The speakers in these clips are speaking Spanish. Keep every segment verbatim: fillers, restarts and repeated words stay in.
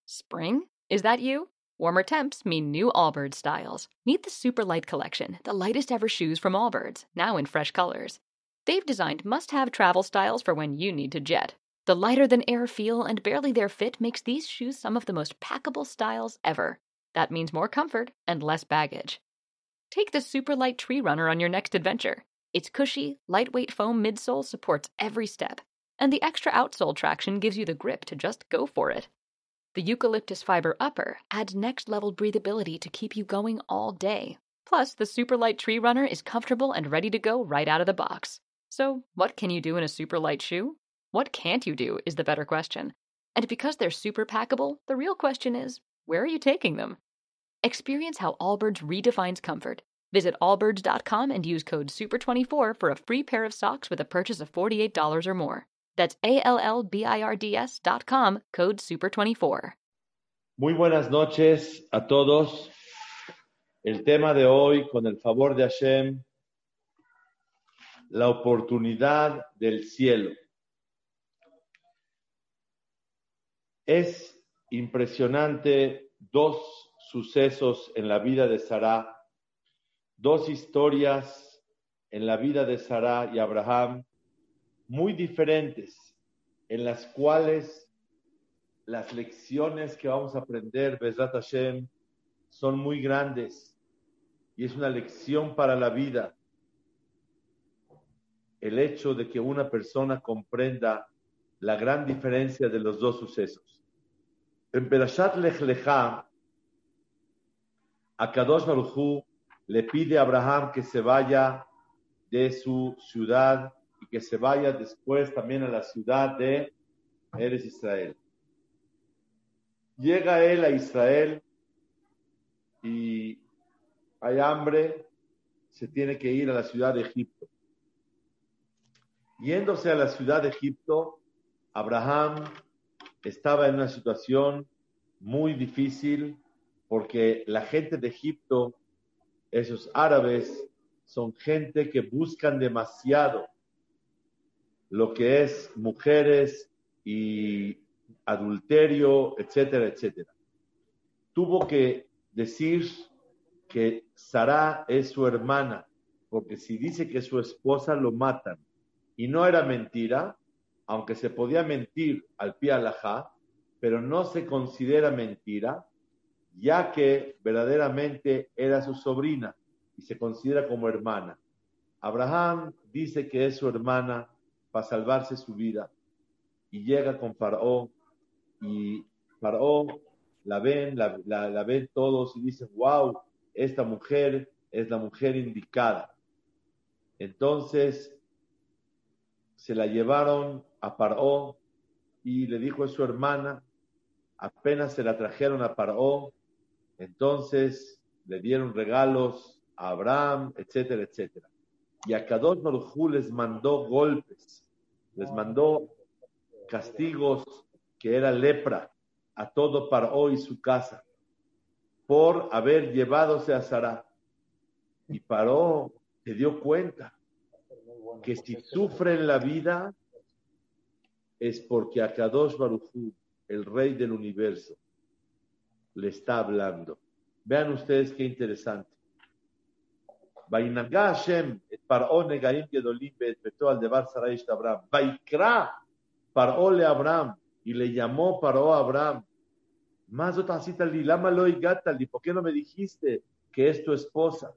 Spring? Is that you? Warmer temps mean new Allbirds styles. Meet the Super Light Collection, the lightest ever shoes from Allbirds, now in fresh colors. They've designed must-have travel styles for when you need to jet. The lighter-than-air feel and barely-there fit makes these shoes some of the most packable styles ever. That means more comfort and less baggage. Take the Super Light Tree Runner on your next adventure. Its cushy, lightweight foam midsole supports every step, and the extra outsole traction gives you the grip to just go for it. The eucalyptus fiber upper adds next-level breathability to keep you going all day. Plus, the Super Light Tree Runner is comfortable and ready to go right out of the box. So, what can you do in a super light shoe? What can't you do is the better question. And because they're super packable, the real question is, where are you taking them? Experience how Allbirds redefines comfort. Visit allbirds dot com and use code super twenty-four for a free pair of socks with a purchase of forty-eight dollars or more. That's A L L B I R D S dot com, code super twenty-four. Muy buenas noches a todos. El tema de hoy, con el favor de Hashem, la oportunidad del cielo. Es impresionante dos sucesos en la vida de Sarah, dos historias en la vida de Sarah y Abraham muy diferentes, en las cuales las lecciones que vamos a aprender, Bezrat Hashem, son muy grandes y es una lección para la vida. El hecho de que una persona comprenda la gran diferencia de los dos sucesos. En Perashat Lech Lecha, Akadosh Baruj Hu le pide a Abraham que se vaya de su ciudad y que se vaya después también a la ciudad de Eretz Israel. Llega él a Israel y hay hambre, se tiene que ir a la ciudad de Egipto. Yéndose a la ciudad de Egipto, Abraham estaba en una situación muy difícil porque la gente de Egipto, esos árabes, son gente que buscan demasiado lo que es mujeres y adulterio, etcétera, etcétera. Tuvo que decir que Sarah es su hermana, porque si dice que es su esposa, lo matan. Y no era mentira, aunque se podía mentir al pie alajá, pero no se considera mentira, ya que verdaderamente era su sobrina y se considera como hermana. Abraham dice que es su hermana para salvarse su vida y llega con Faraón y Faraón la ven, la, la, la ven todos y dicen, wow, esta mujer es la mujer indicada. Entonces se la llevaron a Faraón y le dijo a su hermana, apenas se la trajeron a Faraón, entonces le dieron regalos a Abraham, etcétera, etcétera. Y a Kadosh Baruj Hu les mandó golpes, les mandó castigos que era lepra a todo Paró y su casa por haber llevadose a Sarah. Y Paró se dio cuenta que si sufre en la vida es porque a Kadosh Baruj Hu, el rey del universo, le está hablando. Vean ustedes qué interesante. וינגע השם את פרעה נגעים גדולים ואת ביתו על דבר שרה אשת אברהם. ויקרא פרעה לאברהם, y le llamó Paró a Abraham. מה זאת עשית לי? למה לא הגעת לי? ¿Por qué no me dijiste que es tu esposa?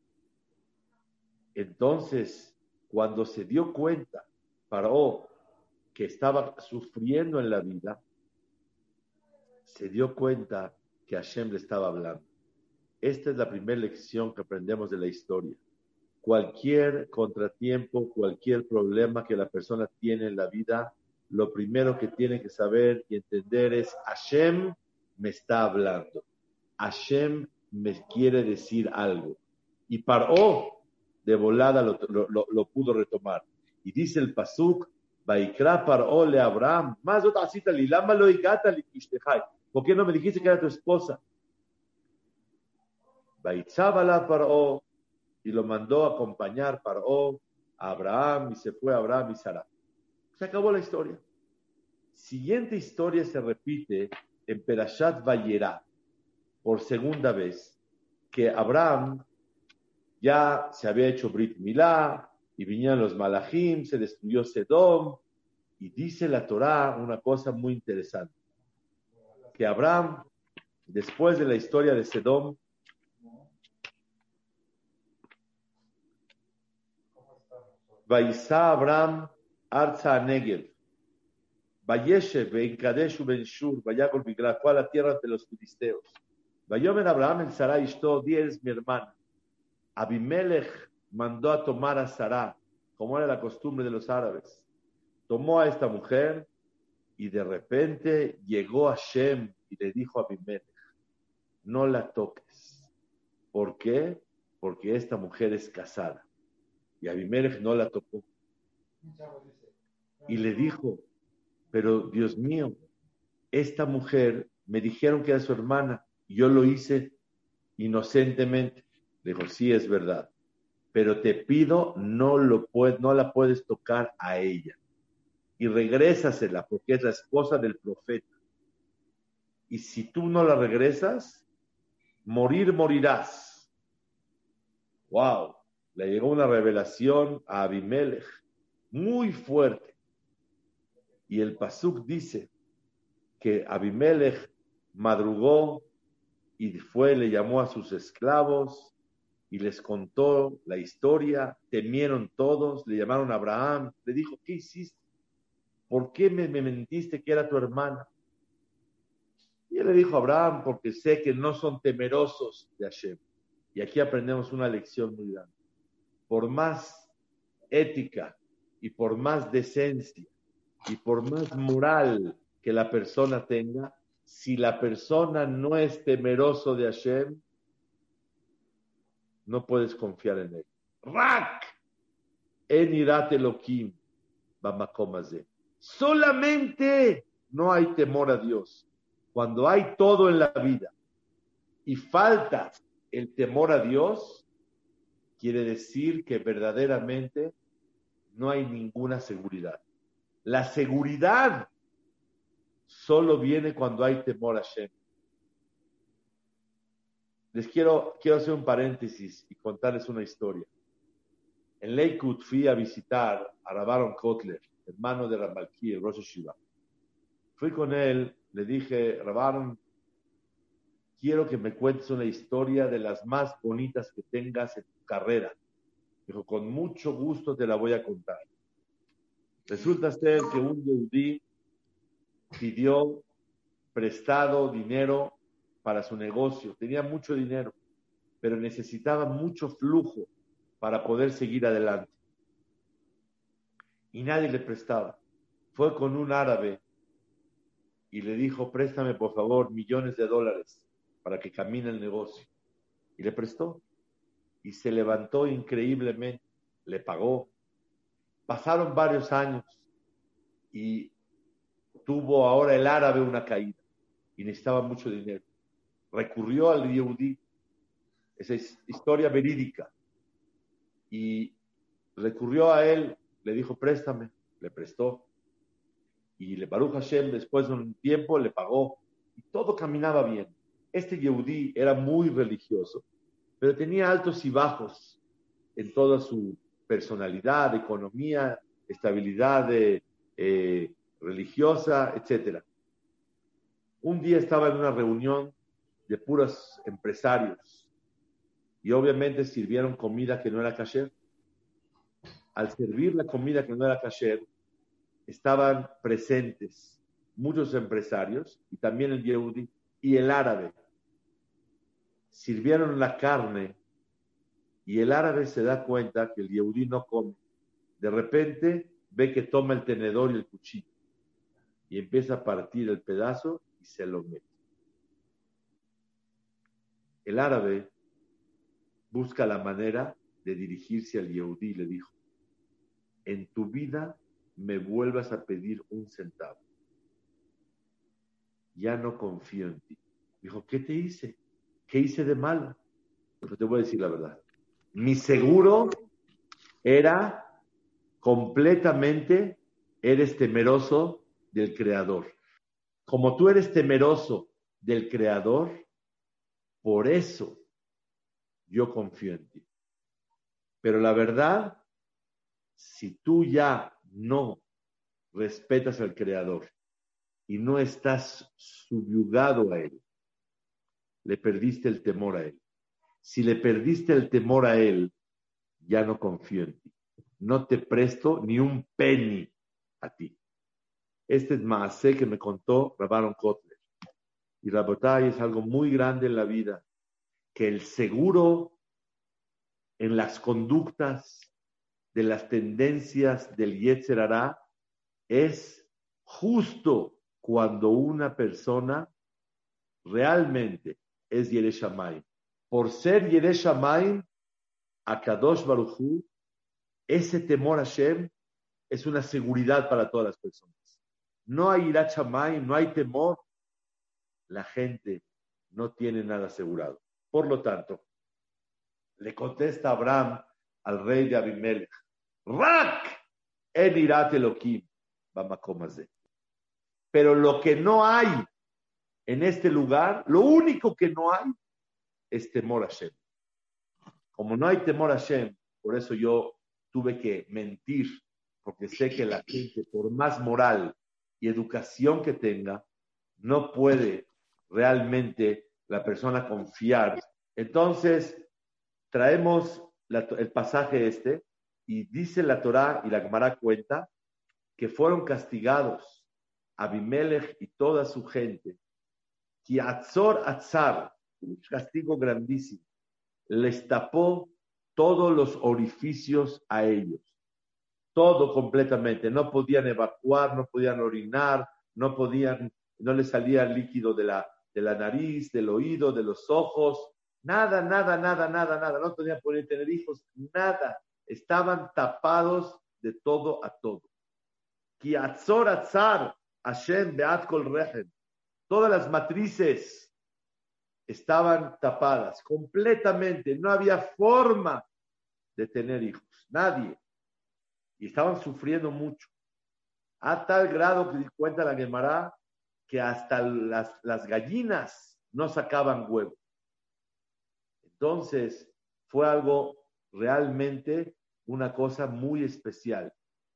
Entonces, cuando se dio cuenta Paró que estaba sufriendo en la vida, se dio cuenta que Hashem le estaba hablando. Esta es la primera lección que aprendemos de la historia. Cualquier contratiempo, cualquier problema que la persona tiene en la vida, lo primero que tiene que saber y entender es Hashem me está hablando. Hashem me quiere decir algo. Y Paró de volada lo, lo, lo, lo pudo retomar. Y dice el pasuk, Vaikra Paró le Abraham, más otra cita, lama lo igata li ishtechai. ¿Por qué no me dijiste que era tu esposa? Baitzabala Paró, y lo mandó a acompañar Paró a Abraham, y se fue a Abraham y Sara. Se acabó la historia. Siguiente historia se repite en Perashat Vayera, por segunda vez, que Abraham ya se había hecho Brit Milá, y vinieron los Malachim, se destruyó Sedom, y dice la Torá una cosa muy interesante, que Abraham, después de la historia de Sedom, Vaisá Abraham Arza Negev, Vayeshev, Ben Kadesh, Ben Shur, Vayagol Bigla, fue a la tierra de los filisteos. Vayomer Abraham el Sarai Ishto, di eres mi hermana. Abimelech mandó a tomar a Sará, como era la costumbre de los árabes. Tomó a esta mujer y de repente llegó a Shem y le dijo a Abimelech, no la toques. ¿Por qué? Porque esta mujer es casada. Y Abimelech no la tocó. Y le dijo, pero Dios mío, esta mujer me dijeron que era su hermana y yo lo hice inocentemente. Le dijo, sí, es verdad, pero te pido, no, lo puedes, no la puedes tocar a ella. Y regrésasela, porque es la esposa del profeta. Y si tú no la regresas, morir morirás. ¡Wow! Le llegó una revelación a Abimelech muy fuerte. Y el pasuk dice que Abimelech madrugó y fue, le llamó a sus esclavos y les contó la historia, temieron todos, le llamaron a Abraham, le dijo, ¿qué hiciste? ¿Por qué me, me mentiste que era tu hermana? Y él le dijo a Abraham, porque sé que no son temerosos de Hashem. Y aquí aprendemos una lección muy grande. Por más ética y por más decencia y por más moral que la persona tenga, si la persona no es temeroso de Hashem, no puedes confiar en él. Rak en irat Elohim bamakom hazeh. Solamente no hay temor a Dios. Cuando hay todo en la vida y falta el temor a Dios, quiere decir que verdaderamente no hay ninguna seguridad. La seguridad solo viene cuando hay temor a Hashem. Les quiero, quiero hacer un paréntesis y contarles una historia. En Lakewood fui a visitar a Rav Aaron Kotler, hermano de Rav Malki, el Rosh Hashiva. Fui con él, le dije, Rav Aaron, quiero que me cuentes una historia de las más bonitas que tengas en tu carrera. Dijo, con mucho gusto te la voy a contar. Resulta ser que un yehudí pidió prestado dinero para su negocio. Tenía mucho dinero, pero necesitaba mucho flujo para poder seguir adelante. Y nadie le prestaba. Fue con un árabe y le dijo, préstame por favor millones de dólares para que camine el negocio. Y le prestó. Y se levantó increíblemente. Le pagó. Pasaron varios años y tuvo ahora el árabe una caída y necesitaba mucho dinero. Recurrió al yehudí, esa es historia verídica, y recurrió a él, le dijo, préstame, le prestó, y le Baruch Hashem, después de un tiempo, le pagó, y todo caminaba bien. Este yehudí era muy religioso, pero tenía altos y bajos en toda su personalidad, economía, estabilidad de, eh, religiosa, etcétera. Un día estaba en una reunión de puros empresarios y obviamente sirvieron comida que no era kasher. Al servir la comida que no era kasher, estaban presentes muchos empresarios y también el yehudí y el árabe. Sirvieron la carne y el árabe se da cuenta que el yehudí no come. De repente ve que toma el tenedor y el cuchillo y empieza a partir el pedazo y se lo mete. El árabe busca la manera de dirigirse al yehudí y le dijo, en tu vida me vuelvas a pedir un centavo. Ya no confío en ti. Dijo, ¿qué te hice? ¿Qué hice de malo? Pero te voy a decir la verdad. Mi seguro era completamente, eres temeroso del Creador. como tú eres temeroso del Creador, por eso yo confío en ti. Pero la verdad, si tú ya no respetas al Creador y no estás subyugado a Él, le perdiste el temor a Él. Si le perdiste el temor a Él, ya no confío en ti. No te presto ni un penny a ti. Este es Maasé que me contó Rabbanon Kotler. Y Rabotai, es algo muy grande en la vida, que el seguro en las conductas de las tendencias del Yetzer Hará es justo cuando una persona realmente es Yerei Shamayim. Por ser Yerei Shamayim, Akadosh Baruj Hu, ese temor a Hashem es una seguridad para todas las personas. No hay Yirat Shamayim, no hay temor, la gente no tiene nada asegurado. Por lo tanto, le contesta Abraham al rey de Abimelech, Rak en Yirat Elokim bamakom hazeh. Pero lo que no hay en este lugar, lo único que no hay es temor a Hashem. Como no hay temor a Hashem, por eso yo tuve que mentir, porque sé que la gente, por más moral y educación que tenga, no puede realmente la persona confiar. Entonces, traemos la, el pasaje este, y dice la Torá y la Gemara cuenta que fueron castigados Abimelech y toda su gente. Ki atzor atzar, un castigo grandísimo, les tapó todos los orificios a ellos. Todo completamente. No podían evacuar, no podían orinar, no podían, no les salía líquido de la, de la nariz, del oído, de los ojos. Nada, nada, nada, nada, nada. No podían poder tener hijos, nada. Estaban tapados de todo a todo. Ki atzor atzar, Hashem beat kol rehem. Todas las matrices estaban tapadas completamente. No había forma de tener hijos. Nadie. Y estaban sufriendo mucho. A tal grado que cuenta la Gemara que hasta las, las gallinas no sacaban huevo. Entonces, fue algo realmente una cosa muy especial.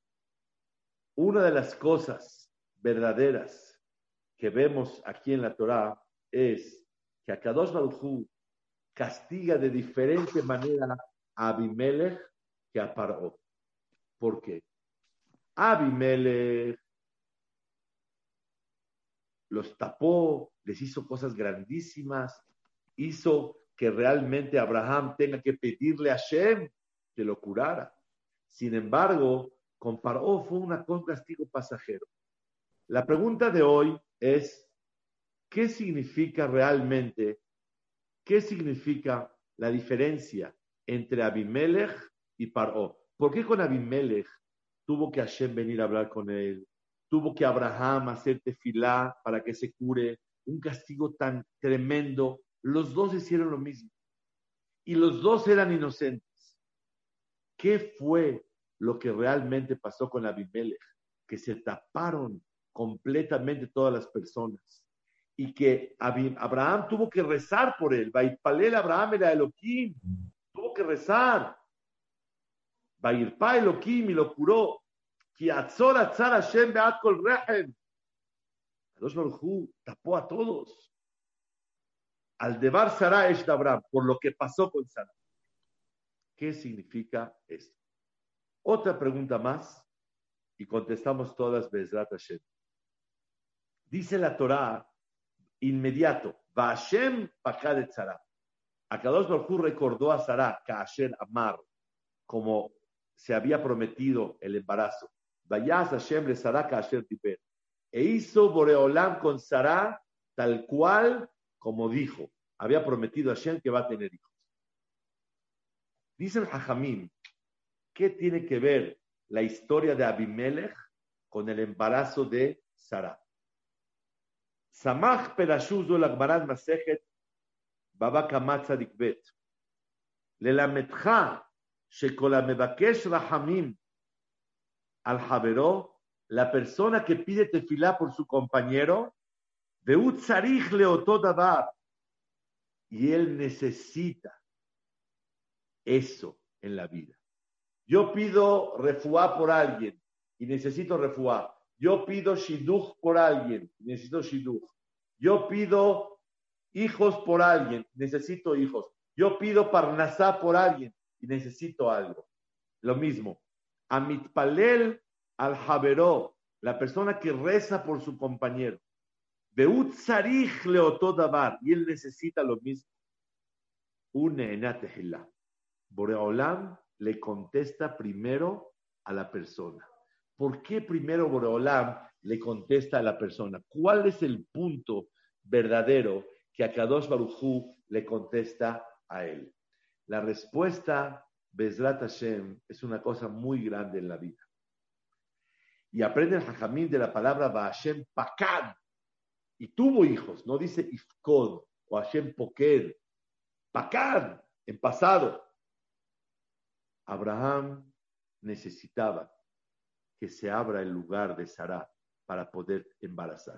Una de las cosas verdaderas que vemos aquí en la Torá es que Akadosh Baruj Hu castiga de diferente manera a Abimelech que a Paró. ¿Por qué? Abimelech los tapó, les hizo cosas grandísimas, hizo que realmente Abraham tenga que pedirle a Hashem que lo curara. Sin embargo, con Paró fue una, un castigo pasajero. La pregunta de hoy es, ¿qué significa realmente, qué significa la diferencia entre Abimelech y Paró? ¿Por qué con Abimelech tuvo que Hashem venir a hablar con él? Tuvo que Abraham hacer tefilá para que se cure. Un castigo tan tremendo. Los dos hicieron lo mismo. Y los dos eran inocentes. ¿Qué fue lo que realmente pasó con Abimelech? Que se taparon completamente todas las personas. Y que Abraham tuvo que rezar por él. Vaipalel Abraham era Elohim. Tuvo que rezar. Vairpa Elohim y lo curó. Ki atzor atzar Hashem beat kol rehem. Kadosh Baruj Hu tapó a todos. Al devar Sarah es de Abraham, por lo que pasó con Sarah. ¿Qué significa esto? Otra pregunta más y contestamos todas Bezrat Hashem. Dice la Torá inmediato, Va Hashem pakad et Sarah. Akadosh Baruj Hu recordó a Sarah, Kaasher Amar, como se había prometido el embarazo. Vayas Hashem le Sarah Kaasher Tiper. E hizo Boreolam con Sarah tal cual como dijo. Había prometido a Hashem que va a tener hijos. Dicen Jajamim, ¿qué tiene que ver la historia de Abimelech con el embarazo de Sarah? Samach Perashuzo Lagmaran Masejet Baba Kamat Tzadik Bet. Lelamedcha Shekol HaMebakesh Rahamim Al Javero, la persona que pide tefilá por su compañero, Veut tzarich leoto davar. Y él necesita eso en la vida. Yo pido refuá por alguien y necesito refuá. Yo pido shidduch por alguien y necesito shidduch. Yo pido hijos por alguien, necesito hijos. Yo pido parnasá por alguien y necesito algo. Lo mismo. Amitpalel al javeró, la persona que reza por su compañero. Beut tzarich leoto davar, y él necesita lo mismo. Une enatehillah. Boreolam le contesta primero a la persona. ¿Por qué primero Boreolam le contesta a la persona? ¿Cuál es el punto verdadero que a Kadosh Baruj Hu le contesta a él? La respuesta, Bezrat Hashem, es una cosa muy grande en la vida. Y aprende el Jajamín de la palabra Hashem Pakad. Y tuvo hijos, no dice Ifkod o Hashem Poked. Pakad, en pasado. Abraham necesitaba que se abra el lugar de Sará para poder embarazar.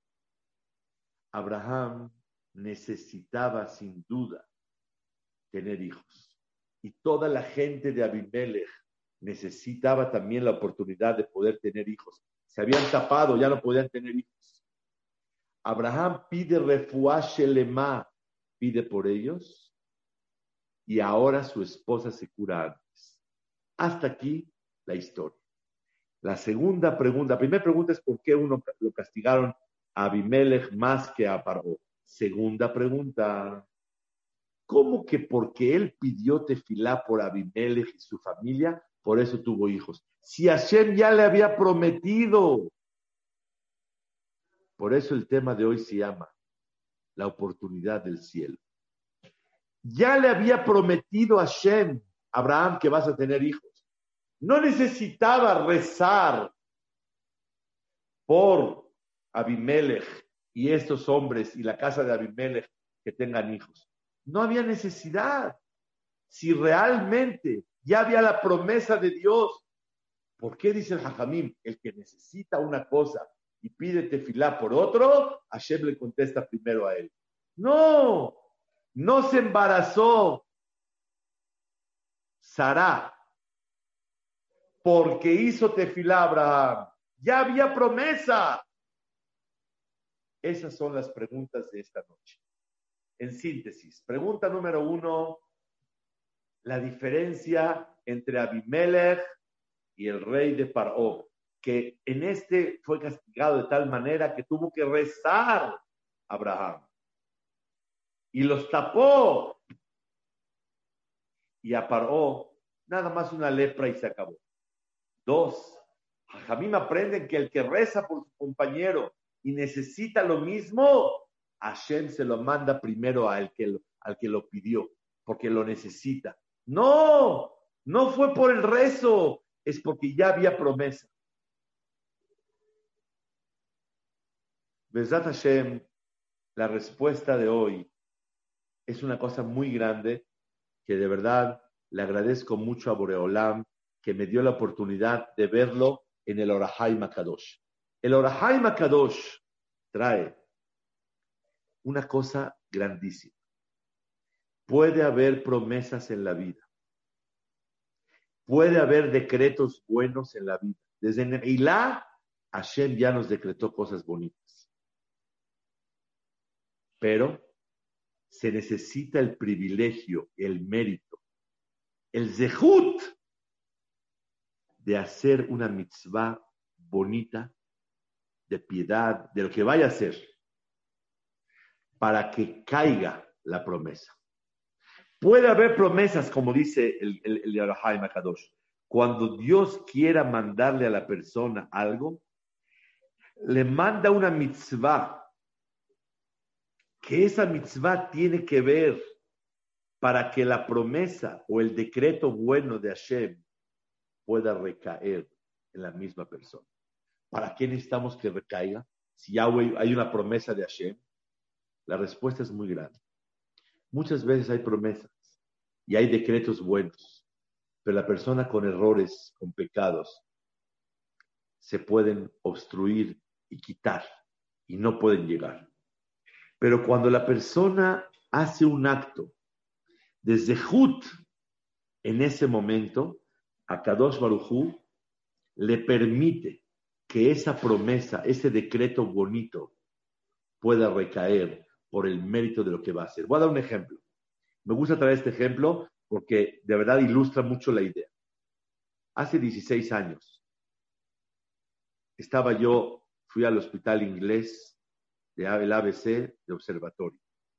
Abraham necesitaba sin duda tener hijos. Y toda la gente de Abimelech necesitaba también la oportunidad de poder tener hijos. Se habían tapado, ya no podían tener hijos. Abraham pide refuá shelema, pide por ellos, y ahora su esposa se cura antes. Hasta aquí la historia. La segunda pregunta, la primera pregunta es ¿por qué uno lo castigaron a Abimelech más que a Paró? Segunda pregunta, ¿cómo que porque él pidió tefilá por Abimelech y su familia, por eso tuvo hijos? Si Hashem ya le había prometido. Por eso el tema de hoy se llama la oportunidad del cielo. Ya le había prometido a Hashem, Abraham, que vas a tener hijos. No necesitaba rezar por Abimelech y estos hombres y la casa de Abimelech que tengan hijos. No había necesidad. Si realmente ya había la promesa de Dios, ¿por qué dice el Jajamim? El que necesita una cosa y pide tefilá por otro, Hashem le contesta primero a él. No, no se embarazó Sará porque hizo tefilá Abraham. Ya había promesa. Esas son las preguntas de esta noche. En síntesis, pregunta número uno, la diferencia entre Abimelech y el rey de Paró, que en este fue castigado de tal manera que tuvo que rezar Abraham. Y los tapó. Y a Paró, nada más una lepra y se acabó. Dos, Jajamim aprenden que el que reza por su compañero y necesita lo mismo, Hashem se lo manda primero al que lo, al que lo pidió, porque lo necesita. No, no fue por el rezo, es porque ya había promesa. Bezrat Hashem, la respuesta de hoy es una cosa muy grande que de verdad le agradezco mucho a Boreolam que me dio la oportunidad de verlo en el Orahaim HaKadosh. El Orahaim HaKadosh trae una cosa grandísima. Puede haber promesas en la vida. Puede haber decretos buenos en la vida. Desde Neilá, Hashem ya nos decretó cosas bonitas. Pero se necesita el privilegio, el mérito, el zehut de hacer una mitzvah bonita, de piedad, de lo que vaya a hacer, para que caiga la promesa. Puede haber promesas, como dice el, el, el Orahaim HaKadosh. Cuando Dios quiera mandarle a la persona algo, le manda una mitzvah, que esa mitzvah tiene que ver para que la promesa o el decreto bueno de Hashem pueda recaer en la misma persona. ¿Para qué necesitamos que recaiga? Si ya hay una promesa de Hashem, la respuesta es muy grande. Muchas veces hay promesas y hay decretos buenos, pero la persona con errores, con pecados, se pueden obstruir y quitar y no pueden llegar. Pero cuando la persona hace un acto desde Jut, en ese momento, a Kadosh Baruj Hu le permite que esa promesa, ese decreto bonito, pueda recaer por el mérito de lo que va a hacer. Voy a dar un ejemplo. Me gusta traer este ejemplo porque de verdad ilustra mucho la idea. Hace dieciséis años, estaba yo, fui al hospital inglés del A B C de observatorio.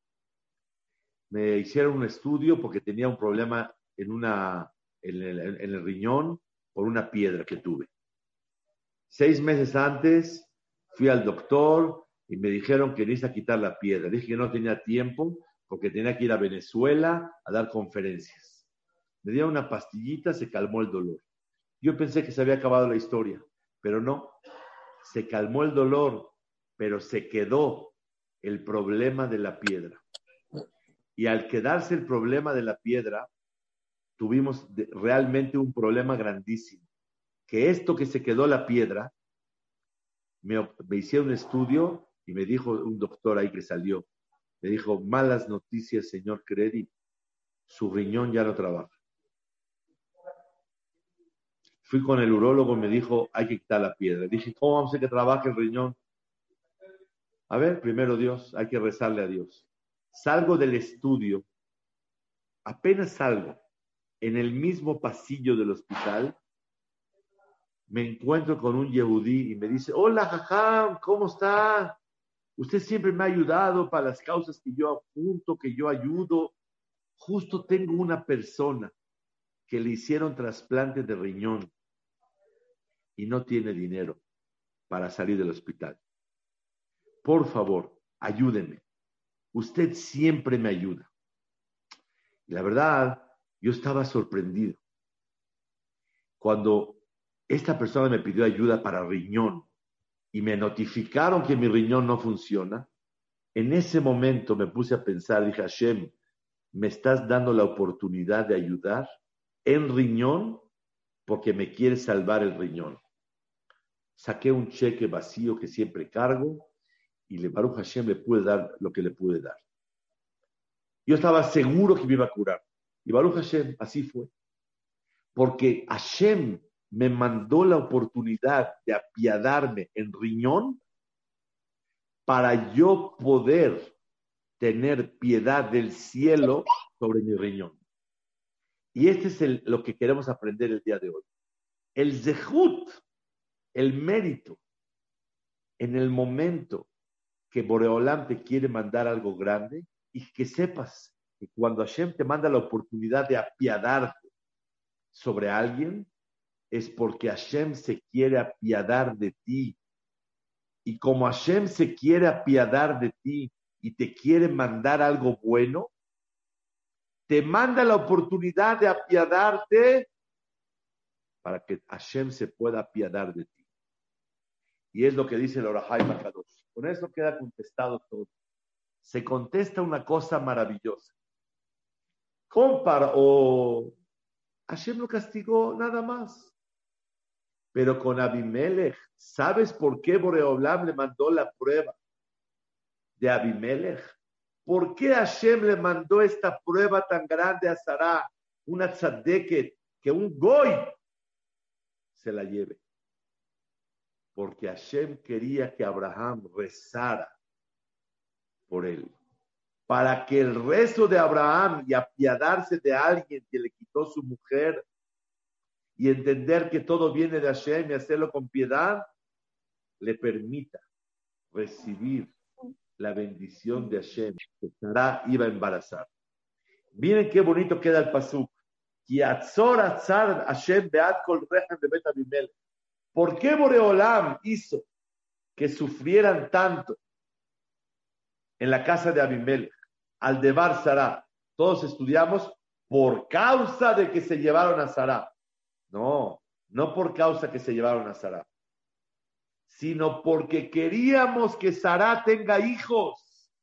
Me hicieron un estudio porque tenía un problema en, una, en, el, en el riñón por una piedra que tuve. Seis meses antes fui al doctor y me dijeron que necesita quitar la piedra. Dije que no tenía tiempo porque tenía que ir a Venezuela a dar conferencias. Me dieron una pastillita, se calmó el dolor. Yo pensé que se había acabado la historia, pero no. Se calmó el dolor, pero se quedó el problema de la piedra. Y al quedarse el problema de la piedra, tuvimos realmente un problema grandísimo. Que esto que se quedó la piedra, me, me hicieron un estudio y me dijo un doctor ahí que salió, me dijo, malas noticias, señor Credi, su riñón ya no trabaja. Fui con el urólogo, me dijo, hay que quitar la piedra. Dije, ¿cómo vamos a hacer que trabaje el riñón? A ver, primero Dios, hay que rezarle a Dios. Salgo del estudio, apenas salgo, en el mismo pasillo del hospital, me encuentro con un yehudí y me dice, hola, jajam, ¿cómo está? Usted siempre me ha ayudado para las causas que yo apunto, que yo ayudo. Justo tengo una persona que le hicieron trasplante de riñón y no tiene dinero para salir del hospital. Por favor, ayúdeme. Usted siempre me ayuda. Y la verdad, yo estaba sorprendido. Cuando esta persona me pidió ayuda para riñón y me notificaron que mi riñón no funciona, en ese momento me puse a pensar, dije, Hashem, me estás dando la oportunidad de ayudar en riñón porque me quieres salvar el riñón. Saqué un cheque vacío que siempre cargo y le Baruch Hashem le pude dar lo que le pude dar. Yo estaba seguro que me iba a curar. Y Baruch Hashem, así fue. Porque Hashem me mandó la oportunidad de apiadarme en riñón para yo poder tener piedad del cielo sobre mi riñón. Y este es el, lo que queremos aprender el día de hoy. El zehut, el mérito, en el momento que Boreolam te quiere mandar algo grande y que sepas que cuando Hashem te manda la oportunidad de apiadarte sobre alguien, es porque Hashem se quiere apiadar de ti. Y como Hashem se quiere apiadar de ti y te quiere mandar algo bueno, te manda la oportunidad de apiadarte para que Hashem se pueda apiadar de ti. Y es lo que dice el Orahai Makadosh. Con eso queda contestado todo. Se contesta una cosa maravillosa. Compara o Hashem lo castigó nada más. Pero con Abimelech, ¿sabes por qué Boreolam le mandó la prueba de Abimelech? ¿Por qué Hashem le mandó esta prueba tan grande a Sará, una tzadeket, que un goy se la lleve? Porque Hashem quería que Abraham rezara por él, para que el rezo de Abraham y apiadarse de alguien que le quitó su mujer y entender que todo viene de Hashem y hacerlo con piedad, le permita recibir la bendición de Hashem, que Sará iba a embarazar. Miren qué bonito queda el pasuk. ¿Por qué Boreolam hizo que sufrieran tanto en la casa de Abimelech al devar Sará? Todos estudiamos por causa de que se llevaron a Sará. No, no por causa que se llevaron a Sará, sino porque queríamos que Sará tenga hijos.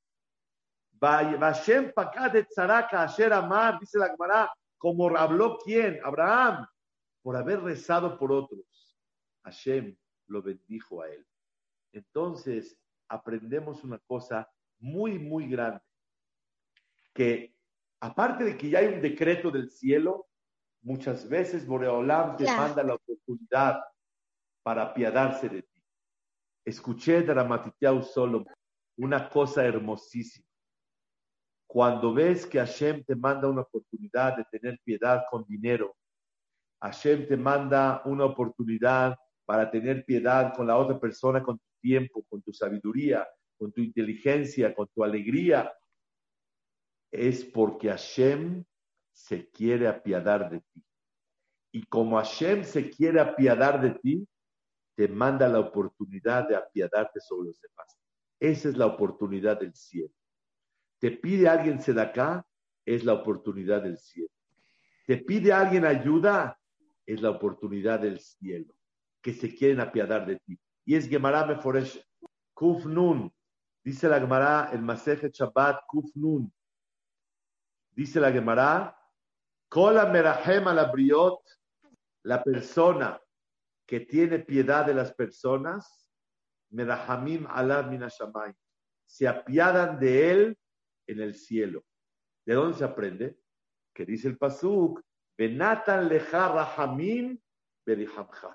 Vashem Pakadet Sará Kasher Amar, dice la Gemara, como habló quién, Abraham, por haber rezado por otros. Hashem lo bendijo a él. Entonces, aprendemos una cosa muy, muy grande, que aparte de que ya hay un decreto del cielo, muchas veces Boreolam te manda la oportunidad para apiadarse de ti. Escuché de Ramatitiau Solomon una cosa hermosísima. Cuando ves que Hashem te manda una oportunidad de tener piedad con dinero, Hashem te manda una oportunidad para tener piedad con la otra persona, con tu tiempo, con tu sabiduría, con tu inteligencia, con tu alegría, es porque Hashem se quiere apiadar de ti. Y como Hashem se quiere apiadar de ti, te manda la oportunidad de apiadarte sobre los demás. Esa es la oportunidad del cielo. Te pide alguien sedacá, es la oportunidad del cielo. Te pide alguien ayuda, es la oportunidad del cielo, que se quieren apiadar de ti. Y es Gemara Meforesh, Kuf Nun, dice la Gemara, el Masejet Shabbat, Kuf Nun, dice la Gemara, Kola Merahem ala Briot, la persona que tiene piedad de las personas, Merahamim ala Minashamayim, se apiadan de él en el cielo. ¿De dónde se aprende? Que dice el Pasuk, Benatan lecha rahamim berihamcha.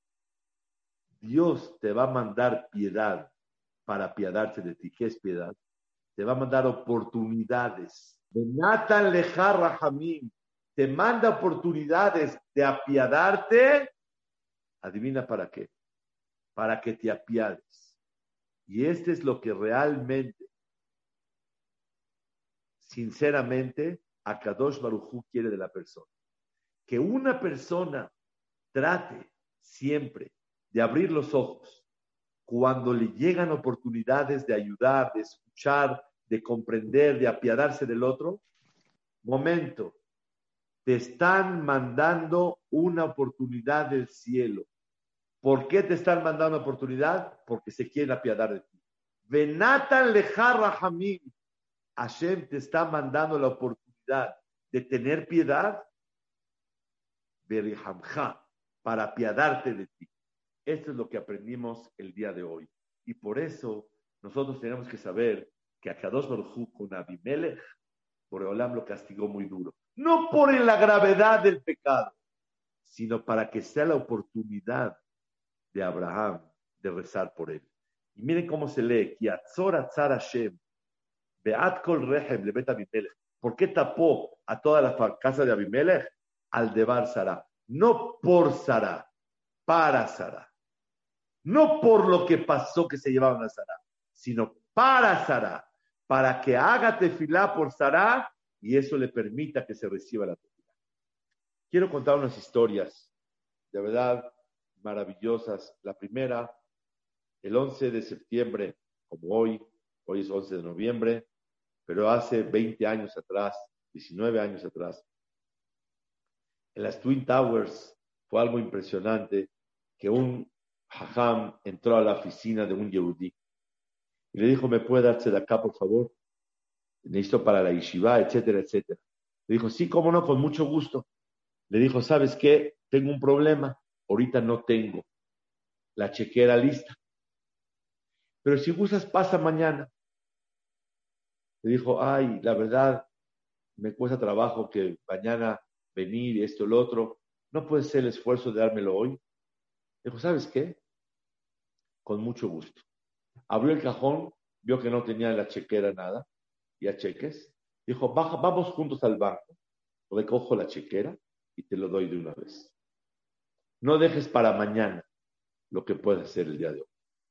Dios te va a mandar piedad para apiadarse de ti. ¿Qué es piedad? Te va a mandar oportunidades. Benatan lecha rahamim. Te manda oportunidades de apiadarte. Adivina para qué. Para que te apiades. Y este es lo que realmente, sinceramente, Akadosh Baruj Hu quiere de la persona. Que una persona trate siempre de abrir los ojos cuando le llegan oportunidades de ayudar, de escuchar, de comprender, de apiadarse del otro. Momento, te están mandando una oportunidad del cielo. ¿Por qué te están mandando una oportunidad? Porque se quieren apiadar de ti. Venatan lecha rahamim. Hashem te está mandando la oportunidad de tener piedad, berihamcha, para apiadarte de ti. Esto es lo que aprendimos el día de hoy. Y por eso nosotros tenemos que saber que Akadosh Baruj Hu con Abimelech, Boreolam lo castigó muy duro. No por la gravedad del pecado, sino para que sea la oportunidad de Abraham de rezar por él. Y miren cómo se lee, Ki atzor atzar Hashem, be'at kol rehem lebet Abimelech. ¿Por qué tapó a toda la casa de Abimelech? Al debar Sará. No por Sará, para Sará. No por lo que pasó que se llevaban a Sará, sino para Sará, para que haga tefilá por Sará y eso le permita que se reciba la tefilá. Quiero contar unas historias de verdad maravillosas. La primera, el once de septiembre, como hoy, hoy es once de noviembre, pero hace veinte años atrás, diecinueve años atrás, en las Twin Towers fue algo impresionante que un Jajam entró a la oficina de un Yehudí y le dijo, ¿me puede darse de acá, por favor? Necesito para la yeshiva, etcétera, etcétera. Le dijo, sí, cómo no, con mucho gusto. Le dijo, ¿sabes qué? Tengo un problema. Ahorita no tengo la chequera lista. Pero si gustas, pasa mañana. Le dijo, ay, la verdad, me cuesta trabajo que mañana venir, esto, lo otro. ¿No puede ser el esfuerzo de dármelo hoy? Le dijo, ¿sabes qué? Con mucho gusto. Abrió el cajón, vio que no tenía en la chequera nada, ya cheques. Dijo, baja, vamos juntos al banco, recojo la chequera y te lo doy de una vez. No dejes para mañana lo que puedes hacer el día de hoy.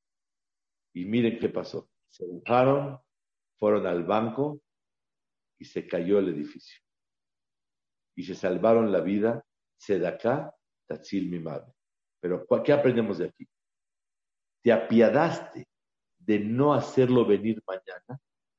Y miren qué pasó. Se bajaron, fueron al banco y se cayó el edificio. Y se salvaron la vida, Sedaká, Tatzil mi madre. Pero, ¿qué aprendemos de aquí? Te apiadaste de no hacerlo venir mañana.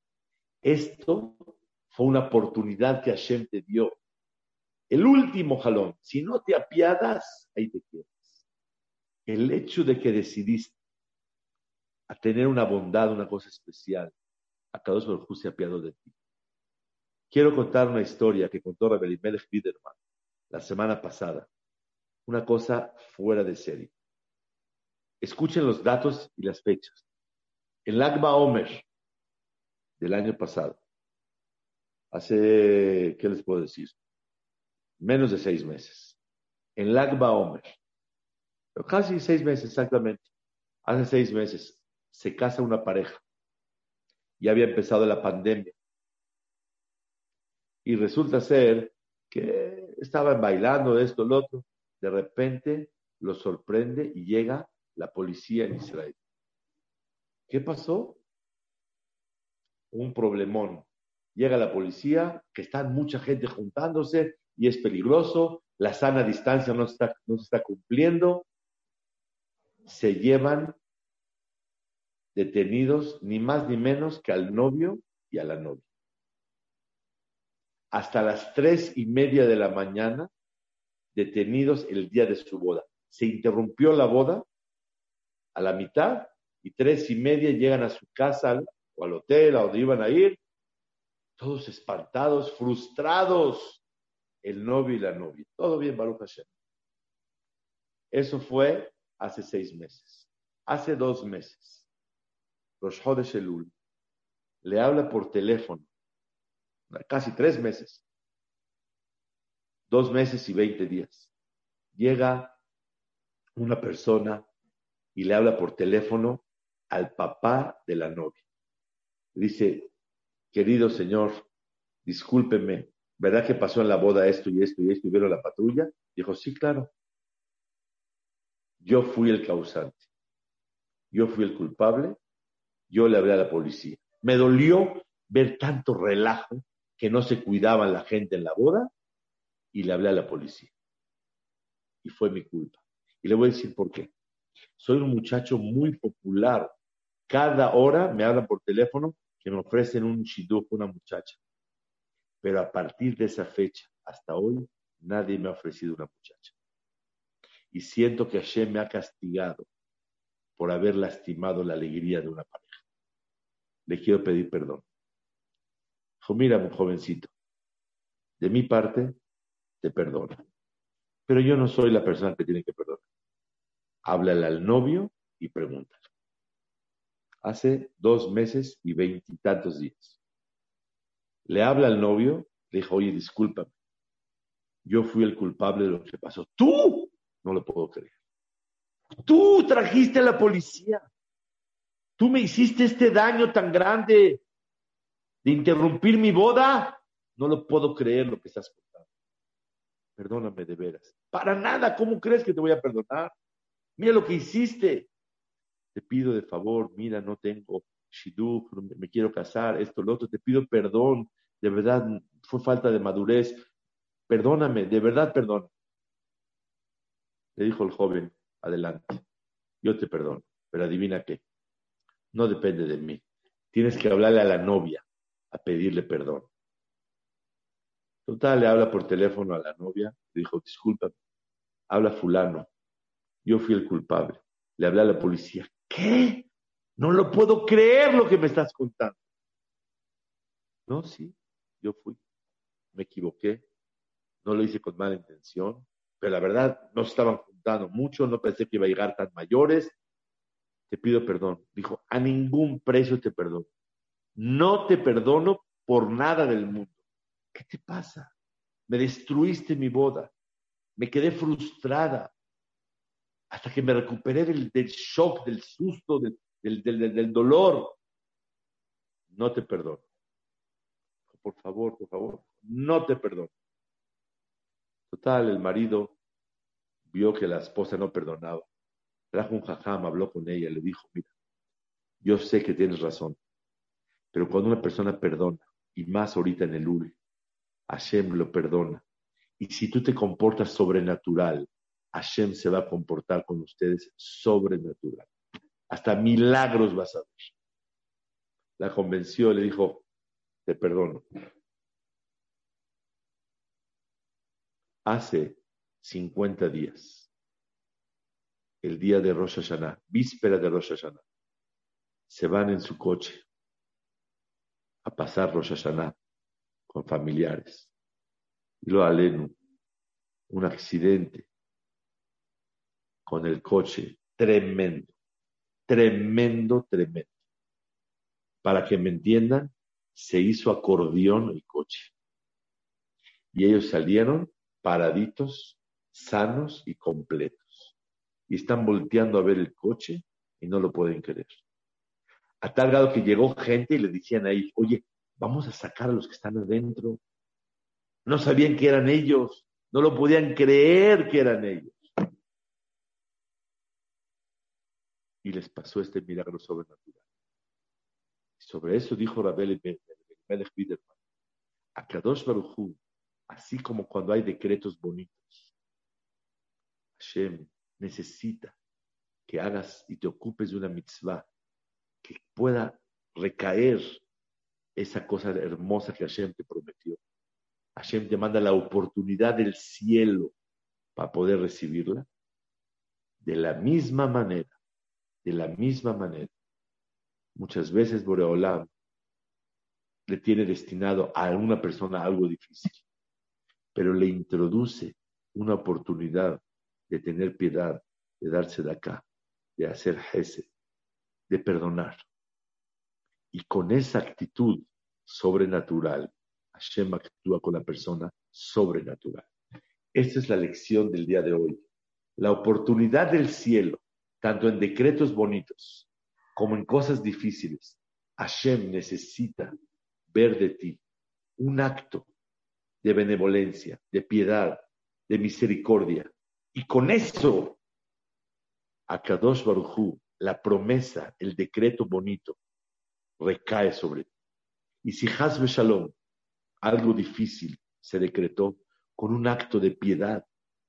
Esto fue una oportunidad que Hashem te dio. El último jalón. Si no te apiadas, ahí te quedas. El hecho de que decidiste a tener una bondad, una cosa especial, Akadosh Baruj Hu se apiadó de ti. Quiero contar una historia que contó Rabbi Elimelech Biderman la semana pasada. Una cosa fuera de serie. Escuchen los datos y las fechas. En Lag BaOmer, del año pasado, hace, ¿qué les puedo decir? Menos de seis meses, en Lag Baomer, pero casi seis meses exactamente, hace seis meses, se casa una pareja, ya había empezado la pandemia, y resulta ser que estaban bailando esto, lo otro, de repente los sorprende y llega la policía en Israel. ¿Qué pasó? Un problemón. Llega la policía, que está mucha gente juntándose y es peligroso, la sana distancia no, está, no se está cumpliendo, se llevan detenidos ni más ni menos que al novio y a la novia. Hasta las tres y media de la mañana, detenidos el día de su boda. Se interrumpió la boda a la mitad y tres y media llegan a su casa o al hotel a donde iban a ir, todos espantados, frustrados, el novio y la novia. Todo bien, Baruch Hashem. Eso fue hace seis meses. Hace dos meses, Rosh Chodesh Elul le habla por teléfono, casi tres meses, dos meses y veinte días. Llega una persona y le habla por teléfono al papá de la novia. Dice, querido señor, discúlpeme, ¿verdad que pasó en la boda esto y esto y esto y vieron la patrulla? Dijo, sí, claro. Yo fui el causante. Yo fui el culpable. Yo le hablé a la policía. Me dolió ver tanto relajo que no se cuidaban la gente en la boda y le hablé a la policía. Y fue mi culpa. Y le voy a decir por qué. Soy un muchacho muy popular. Cada hora me hablan por teléfono que me ofrecen un shidduch, una muchacha. Pero a partir de esa fecha hasta hoy, nadie me ha ofrecido una muchacha. Y siento que Hashem me ha castigado por haber lastimado la alegría de una pareja. Le quiero pedir perdón. Dijo, mira, mi jovencito, de mi parte, te perdono. Pero yo no soy la persona que tiene que perdonar. Háblale al novio y pregúntale. Hace dos meses y veintitantos días. Le habla al novio, le dijo, oye, discúlpame. Yo fui el culpable de lo que pasó. ¡Tú! No lo puedo creer. Tú trajiste a la policía. Tú me hiciste este daño tan grande de interrumpir mi boda. No lo puedo creer lo que estás contando. Perdóname de veras. Para nada, ¿cómo crees que te voy a perdonar? Mira lo que hiciste. Te pido de favor, mira, no tengo shidduch, me quiero casar, esto, lo otro. Te pido perdón. De verdad, fue falta de madurez. Perdóname, de verdad, perdona. Le dijo el joven, adelante. Yo te perdono, pero adivina qué. No depende de mí. Tienes que hablarle a la novia, a pedirle perdón. Total, le habla por teléfono a la novia, le dijo, discúlpame, habla fulano, yo fui el culpable. Le hablé a la policía, ¿qué? No lo puedo creer lo que me estás contando. No, sí, yo fui, me equivoqué, no lo hice con mala intención, pero la verdad no se estaban juntando mucho, no pensé que iba a llegar tan mayores, te pido perdón. Dijo, a ningún precio te perdono. No te perdono por nada del mundo. ¿Qué te pasa? Me destruiste mi boda. Me quedé frustrada. Hasta que me recuperé del, del shock, del susto, del, del, del, del dolor. No te perdono. Por favor, por favor, no te perdono. Total, el marido vio que la esposa no perdonaba. Trajo un jajam, habló con ella, le dijo, mira, yo sé que tienes razón, pero cuando una persona perdona, y más ahorita en el Ul, Hashem lo perdona. Y si tú te comportas sobrenatural, Hashem se va a comportar con ustedes sobrenatural. Hasta milagros vas a ver. La convenció, le dijo, te perdono. Hace cincuenta días, el día de Rosh Hashanah, víspera de Rosh Hashanah, se van en su coche a pasar Rosh Hashanah con familiares. Y lo aleno, un accidente con el coche tremendo, tremendo, tremendo. Para que me entiendan, se hizo acordeón el coche. Y ellos salieron paraditos, sanos y completos. Y están volteando a ver el coche y no lo pueden creer. A tal grado que llegó gente y le decían ahí, oye, vamos a sacar a los que están adentro. No sabían que eran ellos, no lo podían creer que eran ellos. Y les pasó este milagro sobrenatural. Sobre eso dijo Rabel Melech Biderman, Akadosh Baruj Hu, así como cuando hay decretos bonitos, Hashem necesita que hagas y te ocupes de una mitzvah, que pueda recaer esa cosa hermosa que Hashem te prometió. Hashem te manda la oportunidad del cielo para poder recibirla. De la misma manera, de la misma manera, muchas veces Boreolam le tiene destinado a una persona algo difícil, pero le introduce una oportunidad de tener piedad, de darse de acá, de hacer hesed, de perdonar. Y con esa actitud sobrenatural, Hashem actúa con la persona sobrenatural. Esta es la lección del día de hoy. La oportunidad del cielo, tanto en decretos bonitos como en cosas difíciles, Hashem necesita ver de ti un acto de benevolencia, de piedad, de misericordia. Y con eso, Akadosh Baruj Hu, la promesa, el decreto bonito, recae sobre ti. Y si Haz Shalom, algo difícil se decretó con un acto de piedad,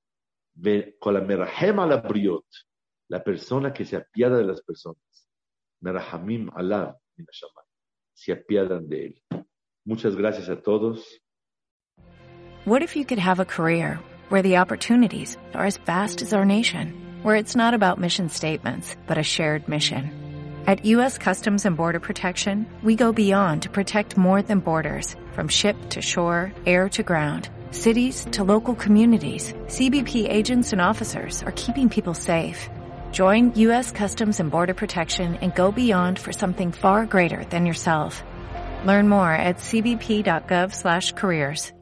con la Merahem ala Briot, la persona que se apiada de las personas, Merahamim ala Minashamay, se apiadan de él. Muchas gracias a todos. What if you could have a career where the opportunities are as vast as our nation, where it's not about mission statements, but a shared mission? At U S Customs and Border Protection, we go beyond to protect more than borders. From ship to shore, air to ground, cities to local communities, C B P agents and officers are keeping people safe. Join U S Customs and Border Protection and go beyond for something far greater than yourself. Learn more at c b p dot gov slash careers.